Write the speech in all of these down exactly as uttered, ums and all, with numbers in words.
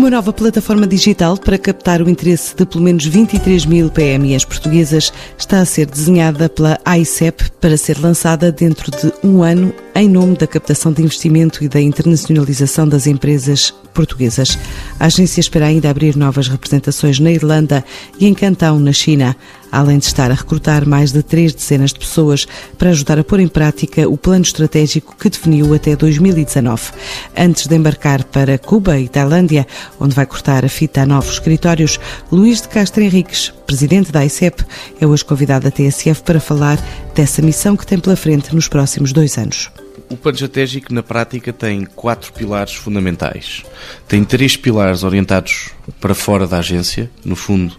Uma nova plataforma digital para captar o interesse de pelo menos vinte e três mil P M Es portuguesas está a ser desenhada pela A I C E P para ser lançada dentro de um ano em nome da captação de investimento e da internacionalização das empresas portuguesas. A agência espera ainda abrir novas representações na Irlanda e em Cantão, na China, além de estar a recrutar mais de três dezenas de pessoas para ajudar a pôr em prática o plano estratégico que definiu até dois mil e dezanove. Antes de embarcar para Cuba e Tailândia, onde vai cortar a fita a novos escritórios, Luís de Castro Henriques, presidente da A I C E P, é hoje convidado da T S F para falar dessa missão que tem pela frente nos próximos dois anos. O plano estratégico, na prática, tem quatro pilares fundamentais. Tem três pilares orientados para fora da agência, no fundo,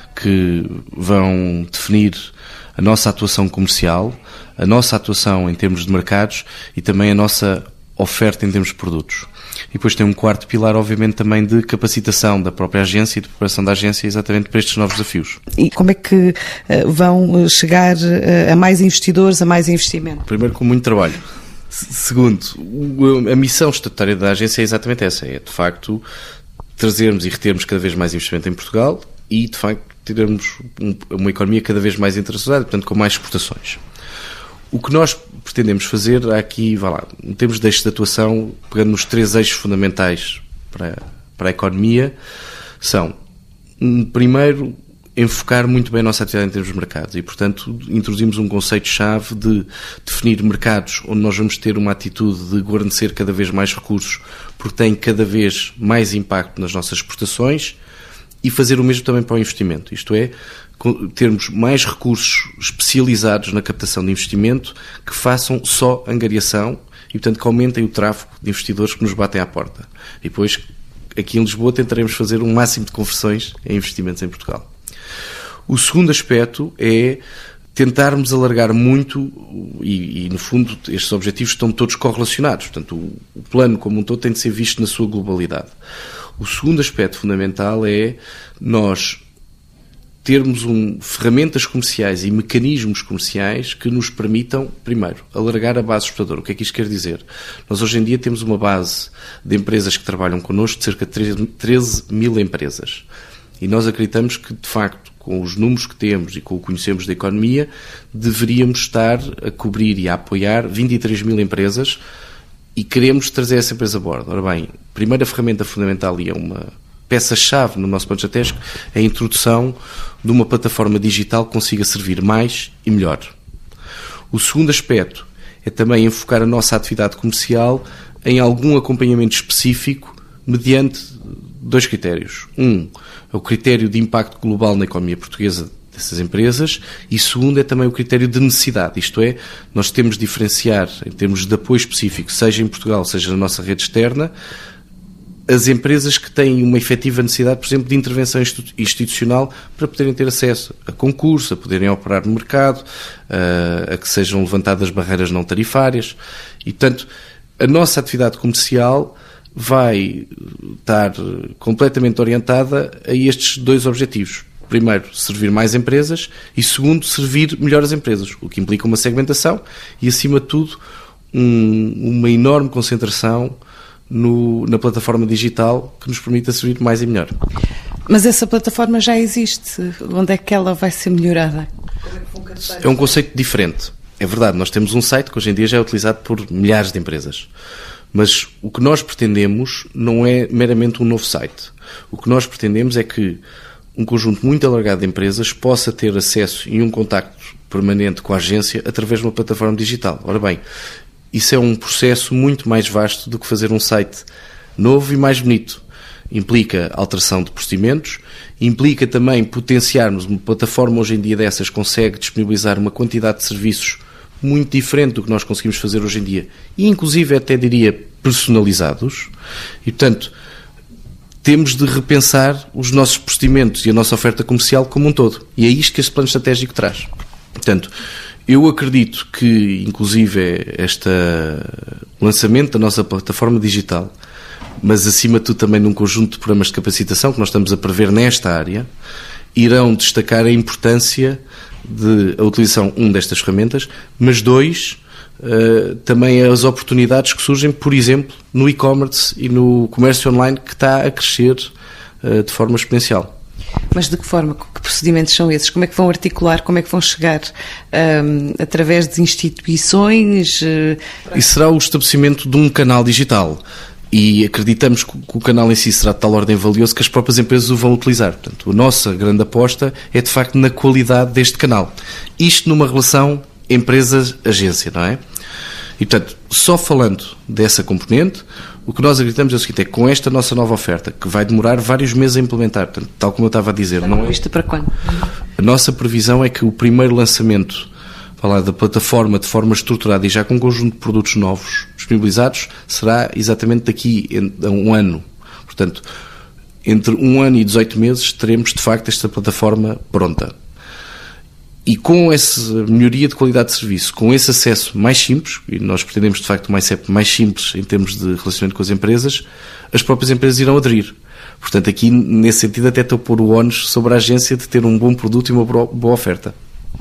que vão definir a nossa atuação comercial, a nossa atuação em termos de mercados e também a nossa oferta em termos de produtos. E depois tem um quarto pilar, obviamente, também de capacitação da própria agência e de preparação da agência exatamente para estes novos desafios. E como é que uh, vão chegar uh, a mais investidores, a mais investimento? Primeiro, com muito trabalho. Segundo, a missão estatutária da agência é exatamente essa, é de facto trazermos e retermos cada vez mais investimento em Portugal e de facto termos uma economia cada vez mais internacional, portanto com mais exportações. O que nós pretendemos fazer aqui, vá lá, em termos de eixos de atuação, pegando nos três eixos fundamentais para, para a economia, são, primeiro, enfocar muito bem a nossa atividade em termos de mercados e, portanto, introduzimos um conceito-chave de definir mercados onde nós vamos ter uma atitude de guarnecer cada vez mais recursos porque tem cada vez mais impacto nas nossas exportações e fazer o mesmo também para o investimento, isto é, termos mais recursos especializados na captação de investimento que façam só angariação e, portanto, que aumentem o tráfego de investidores que nos batem à porta. E depois, aqui em Lisboa, tentaremos fazer um máximo de conversões em investimentos em Portugal. O segundo aspecto é tentarmos alargar muito e, e, no fundo, estes objetivos estão todos correlacionados. Portanto, o, o plano como um todo tem de ser visto na sua globalidade. O segundo aspecto fundamental é nós termos um, ferramentas comerciais e mecanismos comerciais que nos permitam, primeiro, alargar a base exportadora. O que é que isto quer dizer? Nós hoje em dia temos uma base de empresas que trabalham connosco de cerca de treze mil empresas. E nós acreditamos que, de facto, com os números que temos e com o que conhecemos da economia, deveríamos estar a cobrir e a apoiar vinte e três mil empresas e queremos trazer essa empresa a bordo. Ora bem, a primeira ferramenta fundamental e é uma peça-chave no nosso plano estratégico é a introdução de uma plataforma digital que consiga servir mais e melhor. O segundo aspecto é também enfocar a nossa atividade comercial em algum acompanhamento específico mediante dois critérios. Um, é o critério de impacto global na economia portuguesa dessas empresas e segundo é também o critério de necessidade, isto é, nós temos de diferenciar em termos de apoio específico, seja em Portugal, seja na nossa rede externa, as empresas que têm uma efetiva necessidade, por exemplo, de intervenção institucional para poderem ter acesso a concurso, a poderem operar no mercado, a, a que sejam levantadas barreiras não tarifárias e, portanto, a nossa atividade comercial vai estar completamente orientada a estes dois objetivos. Primeiro, servir mais empresas e, segundo, servir melhor as empresas, o que implica uma segmentação e, acima de tudo, um, uma enorme concentração no, na plataforma digital que nos permita servir mais e melhor. Mas essa plataforma já existe. Onde é que ela vai ser melhorada? É um conceito diferente. É verdade, nós temos um site que hoje em dia já é utilizado por milhares de empresas. Mas o que nós pretendemos não é meramente um novo site. O que nós pretendemos é que um conjunto muito alargado de empresas possa ter acesso e um contacto permanente com a agência através de uma plataforma digital. Ora bem, isso é um processo muito mais vasto do que fazer um site novo e mais bonito. Implica alteração de procedimentos, implica também potenciarmos uma plataforma hoje em dia dessas consegue disponibilizar uma quantidade de serviços muito diferente do que nós conseguimos fazer hoje em dia e inclusive até diria personalizados e portanto temos de repensar os nossos procedimentos e a nossa oferta comercial como um todo e é isto que este plano estratégico traz. Portanto, eu acredito que inclusive este lançamento da nossa plataforma digital, mas acima de tudo também num conjunto de programas de capacitação que nós estamos a prever nesta área, irão destacar a importância de a utilização, um, destas ferramentas, mas dois, uh, também as oportunidades que surgem, por exemplo, no e-commerce e no comércio online, que está a crescer uh, de forma exponencial. Mas de que forma? Que procedimentos são esses? Como é que vão articular? Como é que vão chegar? Um, através de instituições? Uh... E será o estabelecimento de um canal digital. E acreditamos que o canal em si será de tal ordem valioso que as próprias empresas o vão utilizar. Portanto, a nossa grande aposta é, de facto, na qualidade deste canal. Isto numa relação empresa-agência, não é? E, portanto, só falando dessa componente, o que nós acreditamos é o seguinte, é que com esta nossa nova oferta, que vai demorar vários meses a implementar, portanto, tal como eu estava a dizer... Não é isto para quando? A nossa previsão é que o primeiro lançamento falar da plataforma de forma estruturada e já com um conjunto de produtos novos disponibilizados, será exatamente daqui a um ano. Portanto, entre um ano e dezoito meses teremos de facto esta plataforma pronta. E com essa melhoria de qualidade de serviço, com esse acesso mais simples, e nós pretendemos de facto uma I C E P mais simples em termos de relacionamento com as empresas, as próprias empresas irão aderir. Portanto, aqui nesse sentido até estou a pôr o ónus sobre a agência de ter um bom produto e uma boa oferta.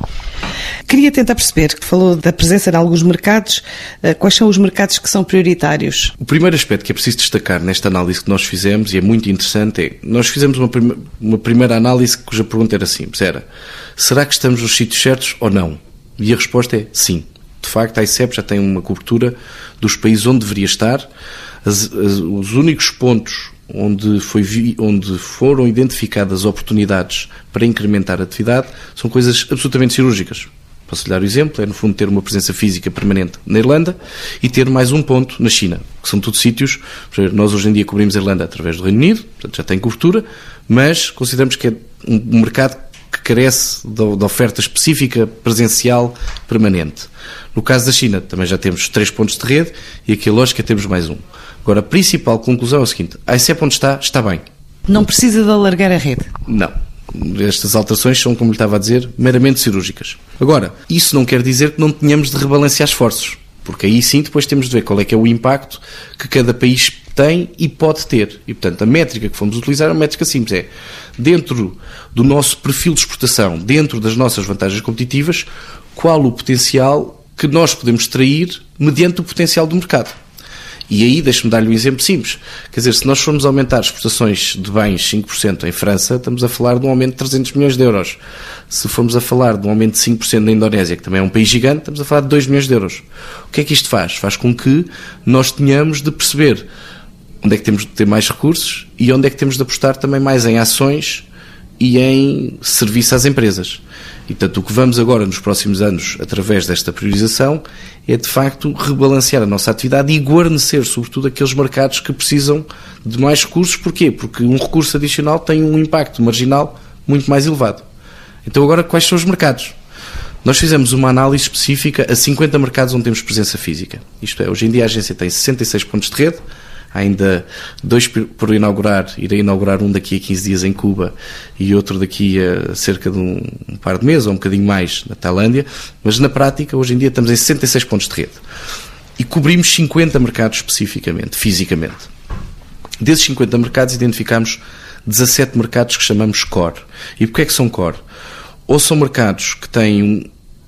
Queria tentar perceber, que falou da presença em alguns mercados, quais são os mercados que são prioritários? O primeiro aspecto que é preciso destacar nesta análise que nós fizemos, e é muito interessante, é nós fizemos uma, prima, uma primeira análise cuja pergunta era simples, era, será que estamos nos sítios certos ou não? E a resposta é sim. De facto, a I C E P já tem uma cobertura dos países onde deveria estar. As, as, os únicos pontos onde, foi, onde foram identificadas oportunidades para incrementar a atividade são coisas absolutamente cirúrgicas. Posso lhe dar o exemplo, é no fundo ter uma presença física permanente na Irlanda e ter mais um ponto na China, que são todos sítios, nós hoje em dia cobrimos a Irlanda através do Reino Unido, portanto já tem cobertura, mas consideramos que é um mercado que carece de oferta específica presencial permanente. No caso da China também já temos três pontos de rede e aqui a lógica temos mais um. Agora a principal conclusão é o seguinte, a I C E P onde está, está bem. Não precisa de alargar a rede? Não. Estas alterações são, como lhe estava a dizer, meramente cirúrgicas. Agora, isso não quer dizer que não tenhamos de rebalancear esforços, porque aí sim depois temos de ver qual é que é o impacto que cada país tem e pode ter. E, portanto, a métrica que fomos utilizar é uma métrica simples, é dentro do nosso perfil de exportação, dentro das nossas vantagens competitivas, qual o potencial que nós podemos extrair mediante o potencial do mercado. E aí, deixe-me dar-lhe um exemplo simples. Quer dizer, se nós formos aumentar exportações de bens cinco por cento em França, estamos a falar de um aumento de trezentos milhões de euros. Se formos a falar de um aumento de cinco por cento na Indonésia, que também é um país gigante, estamos a falar de dois milhões de euros. O que é que isto faz? Faz com que nós tenhamos de perceber onde é que temos de ter mais recursos e onde é que temos de apostar também mais em ações e em serviço às empresas. E, portanto, o que vamos agora nos próximos anos, através desta priorização, é, de facto, rebalancear a nossa atividade e guarnecer, sobretudo, aqueles mercados que precisam de mais recursos. Porquê? Porque um recurso adicional tem um impacto marginal muito mais elevado. Então, agora, quais são os mercados? Nós fizemos uma análise específica a cinquenta mercados onde temos presença física. Isto é, hoje em dia a agência tem sessenta e seis pontos de rede, há ainda dois por inaugurar, irei inaugurar um daqui a quinze dias em Cuba e outro daqui a cerca de um, um par de meses, ou um bocadinho mais, na Tailândia, mas na prática, hoje em dia, estamos em sessenta e seis pontos de rede. E cobrimos cinquenta mercados especificamente, fisicamente. Desses cinquenta mercados, identificamos dezassete mercados que chamamos core. E porquê é que são core? Ou são mercados que têm um,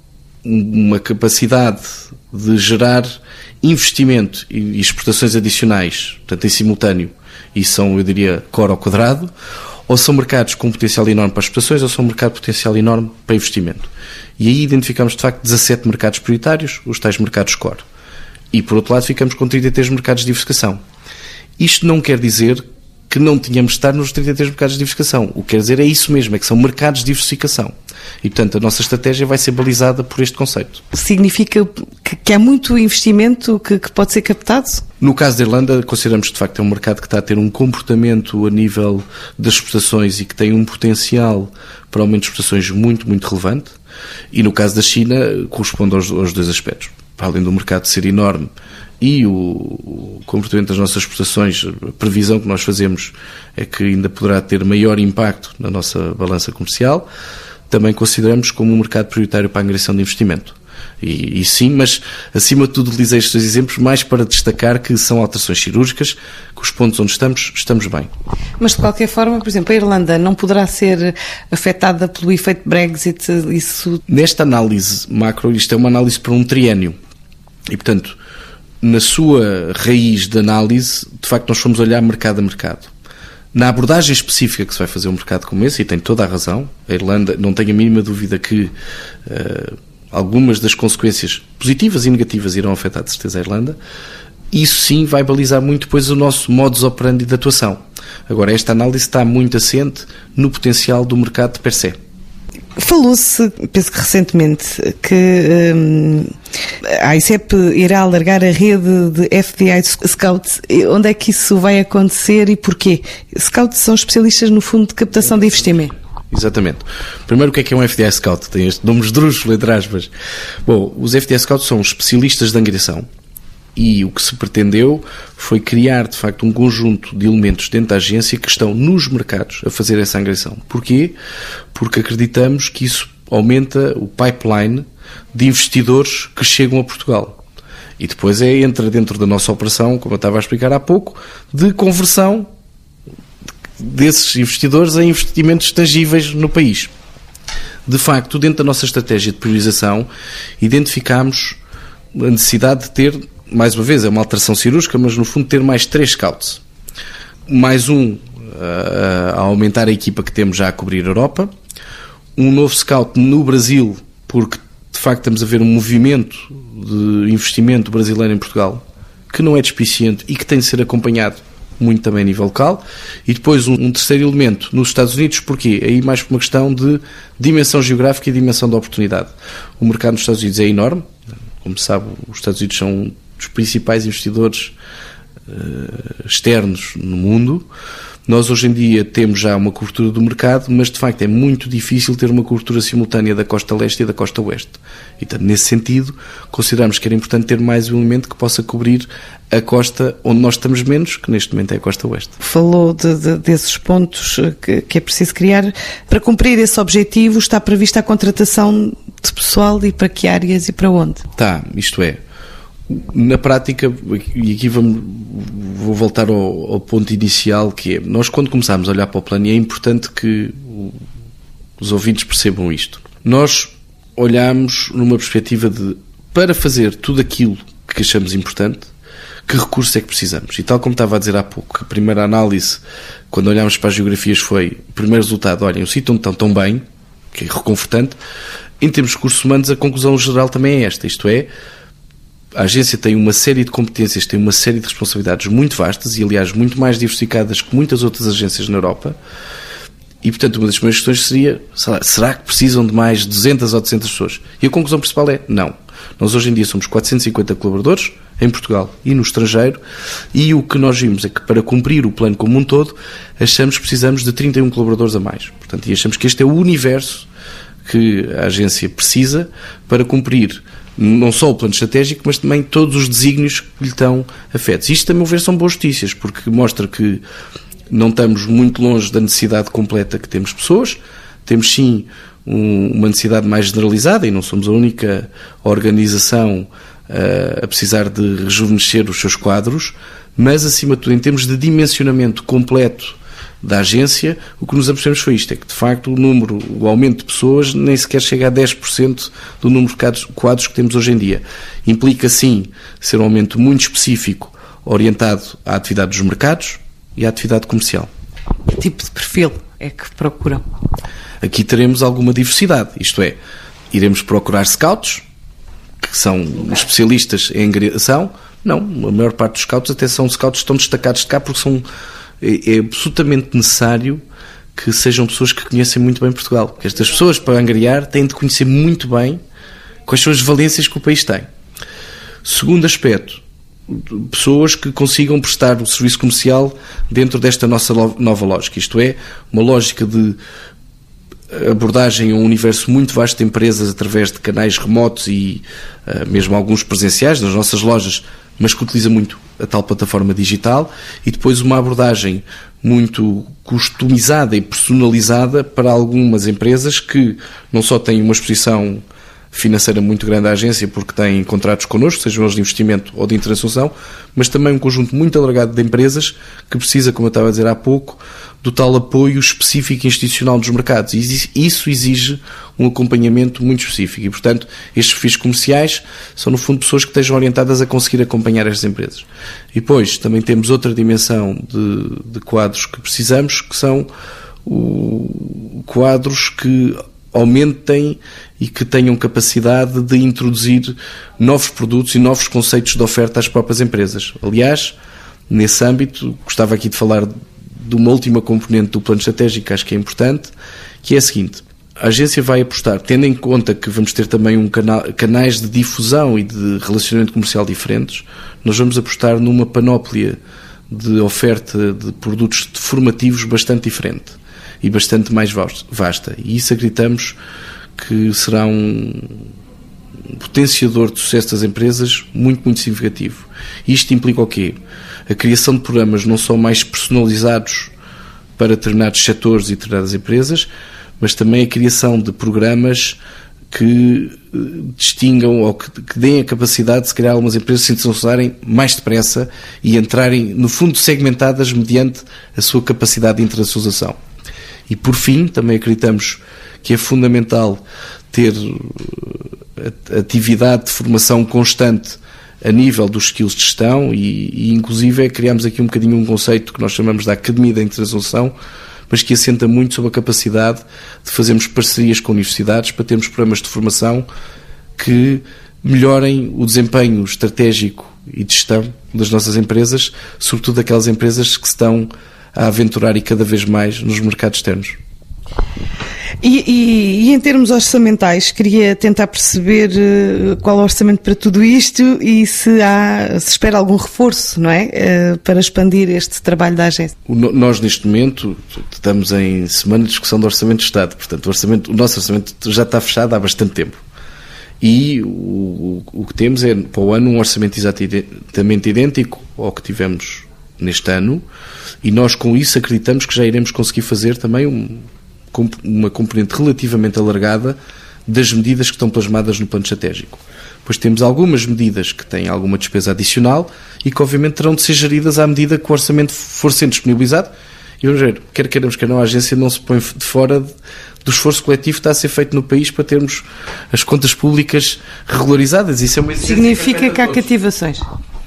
uma capacidade de gerar investimento e exportações adicionais, portanto em simultâneo, e são, eu diria, core ao quadrado, ou são mercados com potencial enorme para exportações, ou são um mercado de potencial enorme para investimento. E aí identificamos, de facto, dezassete mercados prioritários, os tais mercados core. E, por outro lado, ficamos com trinta e três mercados de diversificação. Isto não quer dizer que não tínhamos de estar nos trinta e três mercados de diversificação. O que quer dizer é isso mesmo, é que são mercados de diversificação. E, portanto, a nossa estratégia vai ser balizada por este conceito. Significa que, que há muito investimento que, que pode ser captado? No caso da Irlanda, consideramos que, de facto, é um mercado que está a ter um comportamento a nível das exportações e que tem um potencial para aumento de exportações muito, muito relevante. E, no caso da China, corresponde aos, aos dois aspectos. Para além do mercado ser enorme e o, o comportamento das nossas exportações, a previsão que nós fazemos é que ainda poderá ter maior impacto na nossa balança comercial, também consideramos como um mercado prioritário para a angariação de investimento. E, e sim, mas acima de tudo utilizei estes dois exemplos mais para destacar que são alterações cirúrgicas, que os pontos onde estamos, estamos bem. Mas de qualquer forma, por exemplo, a Irlanda não poderá ser afetada pelo efeito Brexit? Isso... Nesta análise macro, isto é uma análise para um triênio. E, portanto, na sua raiz de análise, de facto, nós fomos olhar mercado a mercado. Na abordagem específica que se vai fazer um mercado como esse, e tem toda a razão, a Irlanda, não tenho a mínima dúvida que uh, algumas das consequências positivas e negativas irão afetar de certeza a Irlanda, isso sim vai balizar muito depois o nosso modus operandi de atuação. Agora, esta análise está muito assente no potencial do mercado de per se. Falou-se, penso que recentemente, que hum, a ICEP irá alargar a rede de F D I Scouts. Onde é que isso vai acontecer e porquê? Scouts são especialistas no fundo de captação de investimento. Exatamente. Primeiro, o que é que é um F D I Scout? Tem este nome esdrúxulo, entre aspas. Bom, os F D I Scouts são especialistas de angariação. E o que se pretendeu foi criar, de facto, um conjunto de elementos dentro da agência que estão nos mercados a fazer essa angariação. Porquê? Porque acreditamos que isso aumenta o pipeline de investidores que chegam a Portugal. E depois é, entra dentro da nossa operação, como eu estava a explicar há pouco, de conversão desses investidores a investimentos tangíveis no país. De facto, dentro da nossa estratégia de priorização, identificámos a necessidade de ter, mais uma vez, é uma alteração cirúrgica, mas no fundo ter mais três scouts. Mais um a aumentar a equipa que temos já a cobrir a Europa. Um novo scout no Brasil, porque de facto estamos a ver um movimento de investimento brasileiro em Portugal que não é despiciente e que tem de ser acompanhado muito também a nível local. E depois um, um terceiro elemento nos Estados Unidos. Porquê? Aí mais por uma questão de dimensão geográfica e dimensão da oportunidade. O mercado nos Estados Unidos é enorme. Como se sabe, os Estados Unidos são um dos principais investidores uh, externos no mundo. Nós hoje em dia temos já uma cobertura do mercado, mas de facto é muito difícil ter uma cobertura simultânea da costa leste e da costa oeste. E portanto, nesse sentido, consideramos que era importante ter mais um elemento que possa cobrir a costa onde nós estamos menos, que neste momento é a costa oeste. Falou de, de, desses pontos que, que é preciso criar. Para cumprir esse objetivo, está prevista a contratação de pessoal e para que áreas e para onde? Tá, isto é, na prática, e aqui vamos, vou voltar ao, ao ponto inicial, que é, nós quando começámos a olhar para o plano, e é importante que os ouvintes percebam isto, nós olhámos numa perspectiva de, para fazer tudo aquilo que achamos importante, que recursos é que precisamos? E tal como estava a dizer há pouco, a primeira análise, quando olhámos para as geografias, foi, o primeiro resultado, olhem, o sítio onde estão tão bem, que é reconfortante. Em termos de recursos humanos, a conclusão geral também é esta, isto é, a agência tem uma série de competências, tem uma série de responsabilidades muito vastas e, aliás, muito mais diversificadas que muitas outras agências na Europa. E, portanto, uma das primeiras questões seria, será que precisam de mais duzentas ou oitocentas pessoas? E a conclusão principal é, não. Nós hoje em dia somos quatrocentos e cinquenta colaboradores em Portugal e no estrangeiro, e o que nós vimos é que para cumprir o plano como um todo, achamos que precisamos de trinta e um colaboradores a mais. Portanto, e achamos que este é o universo que a agência precisa para cumprir não só o plano estratégico, mas também todos os desígnios que lhe estão afetos. Isto, a meu ver, são boas notícias, porque mostra que não estamos muito longe da necessidade completa que temos pessoas, temos sim um, uma necessidade mais generalizada e não somos a única organização uh, a precisar de rejuvenescer os seus quadros, mas, acima de tudo, em termos de dimensionamento completo da agência, o que nos apercebemos foi isto, é que de facto o número, o aumento de pessoas nem sequer chega a dez por cento do número de quadros que temos hoje em dia. Implica sim ser um aumento muito específico, orientado à atividade dos mercados e à atividade comercial. Que tipo de perfil é que procuram? Aqui teremos alguma diversidade, isto é, iremos procurar scouts, que são especialistas em angariação. Não, a maior parte dos scouts até são scouts que estão destacados de cá porque são é absolutamente necessário que sejam pessoas que conhecem muito bem Portugal. Porque estas pessoas, para angariar, têm de conhecer muito bem quais são as valências que o país tem. Segundo aspecto, pessoas que consigam prestar o serviço comercial dentro desta nossa nova lógica. Isto é, uma lógica de abordagem a um universo muito vasto de empresas através de canais remotos e uh, mesmo alguns presenciais nas nossas lojas, mas que utiliza muito a tal plataforma digital, e depois uma abordagem muito customizada e personalizada para algumas empresas que não só têm uma exposição financeira muito grande à agência, porque tem contratos connosco, sejam eles de investimento ou de internacionalização, mas também um conjunto muito alargado de empresas que precisa, como eu estava a dizer há pouco, do tal apoio específico e institucional dos mercados. E isso exige um acompanhamento muito específico. E, portanto, estes perfis comerciais são, no fundo, pessoas que estejam orientadas a conseguir acompanhar estas empresas. E depois, também temos outra dimensão de, de quadros que precisamos, que são o, quadros que aumentem e que tenham capacidade de introduzir novos produtos e novos conceitos de oferta às próprias empresas. Aliás, nesse âmbito, gostava aqui de falar de uma última componente do plano estratégico que acho que é importante, que é a seguinte: a agência vai apostar, tendo em conta que vamos ter também um canal, canais de difusão e de relacionamento comercial diferentes, nós vamos apostar numa panóplia de oferta de produtos formativos bastante diferente e bastante mais vasta. E isso acreditamos que será um potenciador de sucesso das empresas muito, muito significativo. Isto implica o quê? A criação de programas não só mais personalizados para determinados setores e determinadas empresas, mas também a criação de programas que distingam ou que, que deem a capacidade de se criar algumas empresas se internacionalizarem mais depressa e entrarem, no fundo, segmentadas mediante a sua capacidade de internacionalização. E, por fim, também acreditamos que é fundamental ter atividade de formação constante a nível dos skills de gestão e, e inclusive, criámos aqui um bocadinho um conceito que nós chamamos de Academia da Internacionalização, mas que assenta muito sobre a capacidade de fazermos parcerias com universidades para termos programas de formação que melhorem o desempenho estratégico e de gestão das nossas empresas, sobretudo aquelas empresas que se estão a aventurar e cada vez mais nos mercados externos. E, e, e em termos orçamentais, queria tentar perceber uh, qual é o orçamento para tudo isto e se há, se espera algum reforço, não é? Uh, para expandir este trabalho da agência. O, nós, neste momento, estamos em semana de discussão do Orçamento de Estado. Portanto, o, orçamento, o nosso orçamento já está fechado há bastante tempo. E o, o, o que temos é, para o ano, um orçamento exatamente idêntico ao que tivemos neste ano, e nós, com isso, acreditamos que já iremos conseguir fazer também um uma componente relativamente alargada das medidas que estão plasmadas no plano estratégico. Pois temos algumas medidas que têm alguma despesa adicional e que obviamente terão de ser geridas à medida que o orçamento for sendo disponibilizado. E vamos ver, quer queiramos que não, a agência não se põe de fora de, do esforço coletivo que está a ser feito no país para termos as contas públicas regularizadas. Isso é uma Significa que há cativações?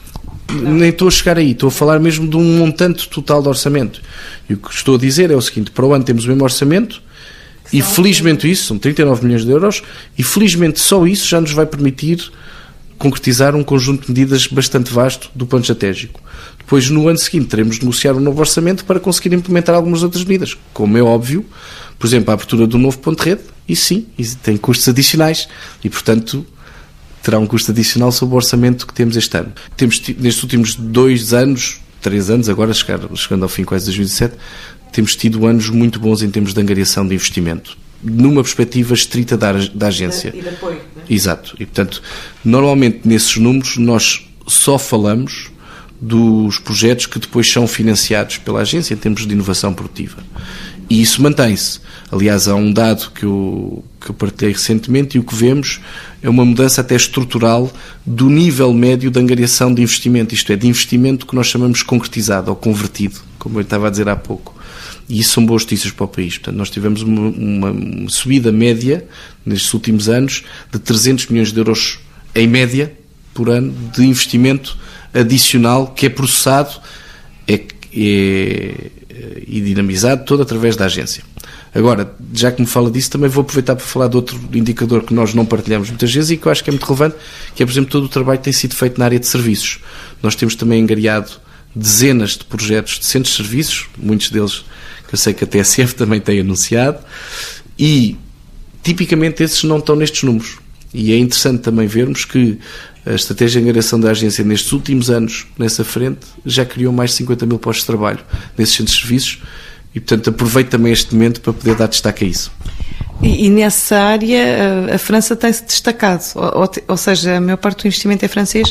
Nem estou a chegar aí, estou a falar mesmo de um montante total de orçamento. E o que estou a dizer é o seguinte: para o ano temos o mesmo orçamento e felizmente isso, são trinta e nove milhões de euros, e felizmente só isso já nos vai permitir concretizar um conjunto de medidas bastante vasto do plano estratégico. Depois, no ano seguinte, teremos de negociar um novo orçamento para conseguir implementar algumas outras medidas. Como é óbvio, por exemplo, a abertura do novo ponto de rede, isso sim, isso tem custos adicionais e, portanto, terá um custo adicional sobre o orçamento que temos este ano. Temos, nestes últimos dois anos, três anos, agora chegando ao fim quase de dois mil e dezessete, temos tido anos muito bons em termos de angariação de investimento, numa perspectiva estrita da, da agência. E de apoio, não é? Exato. E, portanto, normalmente nesses números nós só falamos dos projetos que depois são financiados pela agência em termos de inovação produtiva. E isso mantém-se. Aliás, há um dado que eu, que eu partilhei recentemente e o que vemos é uma mudança até estrutural do nível médio de angariação de investimento, isto é, de investimento que nós chamamos concretizado ou convertido, como eu estava a dizer há pouco. E isso são boas notícias para o país. Portanto, nós tivemos uma, uma, uma subida média nestes últimos anos de trezentos milhões de euros em média por ano de investimento adicional que é processado é, é, e dinamizado todo através da agência. Agora, já que me fala disso, também vou aproveitar para falar de outro indicador que nós não partilhamos muitas vezes e que eu acho que é muito relevante, que é, por exemplo, todo o trabalho que tem sido feito na área de serviços. Nós temos também angariado dezenas de projetos de centros de serviços, muitos deles que eu sei que a T S F também tem anunciado, e tipicamente esses não estão nestes números. E é interessante também vermos que a estratégia de angariação da agência nestes últimos anos, nessa frente, já criou mais de cinquenta mil postos de trabalho nesses centros de serviços e, portanto, aproveito também este momento para poder dar destaque a isso. E, e nessa área a França tem-se destacado, ou, ou seja, a maior parte do investimento é francês?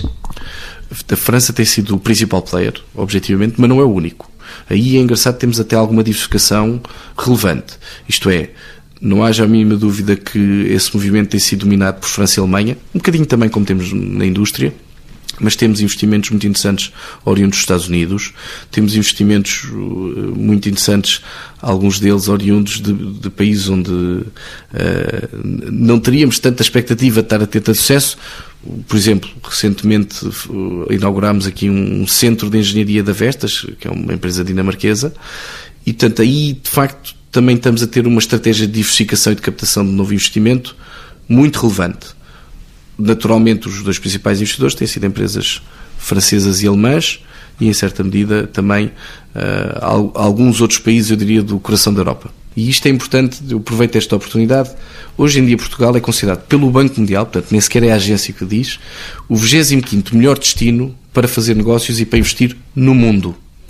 A França tem sido o principal player, objetivamente, mas não é o único. Aí é engraçado, temos até alguma diversificação relevante. Isto é, não haja a mínima dúvida que esse movimento tem sido dominado por França e Alemanha, um bocadinho também como temos na indústria, mas temos investimentos muito interessantes oriundos dos Estados Unidos, temos investimentos muito interessantes, alguns deles oriundos de, de países onde uh, não teríamos tanta expectativa de estar a ter tanto sucesso. Por exemplo, recentemente uh, inaugurámos aqui um centro de engenharia da Vestas, que é uma empresa dinamarquesa, e portanto aí de facto também estamos a ter uma estratégia de diversificação e de captação de novo investimento muito relevante. Naturalmente, os dois principais investidores têm sido empresas francesas e alemãs e, em certa medida, também uh, alguns outros países, eu diria, do coração da Europa. E isto é importante, eu aproveito esta oportunidade. Hoje em dia, Portugal é considerado pelo Banco Mundial, portanto, nem sequer é a agência que diz, o vigésimo quinto melhor destino para fazer negócios e para investir no mundo.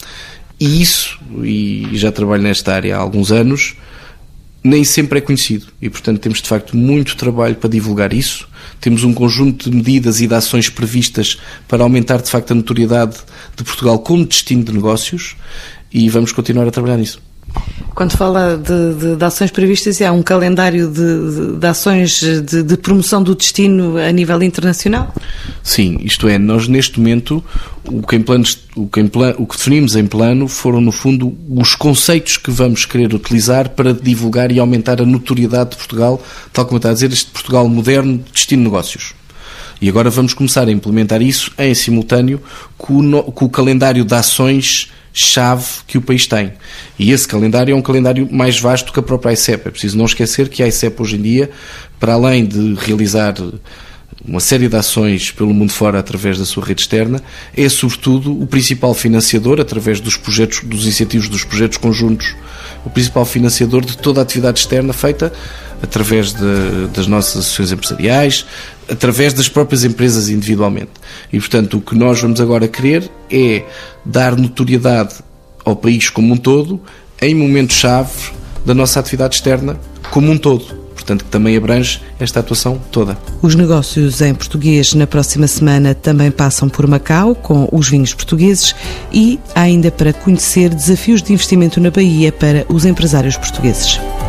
E isso, e já trabalho nesta área há alguns anos, nem sempre é conhecido e, portanto, temos de facto muito trabalho para divulgar isso. Temos um conjunto de medidas e de ações previstas para aumentar de facto a notoriedade de Portugal como destino de negócios e vamos continuar a trabalhar nisso. Quando fala de, de, de ações previstas, há um calendário de, de, de ações de, de promoção do destino a nível internacional? Sim, isto é, nós neste momento o que, em planos, o, que em plan, o que definimos em plano foram no fundo os conceitos que vamos querer utilizar para divulgar e aumentar a notoriedade de Portugal, tal como está a dizer, este Portugal moderno de destino de negócios. E agora vamos começar a implementar isso em simultâneo com o, no, com o calendário de ações chave que o país tem. E esse calendário é um calendário mais vasto que a própria I C E P. É preciso não esquecer que a I C E P hoje em dia, para além de realizar uma série de ações pelo mundo fora através da sua rede externa, é sobretudo o principal financiador, através dos projetos, dos incentivos dos projetos conjuntos, o principal financiador de toda a atividade externa feita através de, das nossas associações empresariais, através das próprias empresas individualmente. E, portanto, o que nós vamos agora querer é dar notoriedade ao país como um todo, em momentos-chave da nossa atividade externa como um todo. Portanto, que também abrange esta atuação toda. Os negócios em português na próxima semana também passam por Macau, com os vinhos portugueses, e há ainda para conhecer desafios de investimento na Bahia para os empresários portugueses.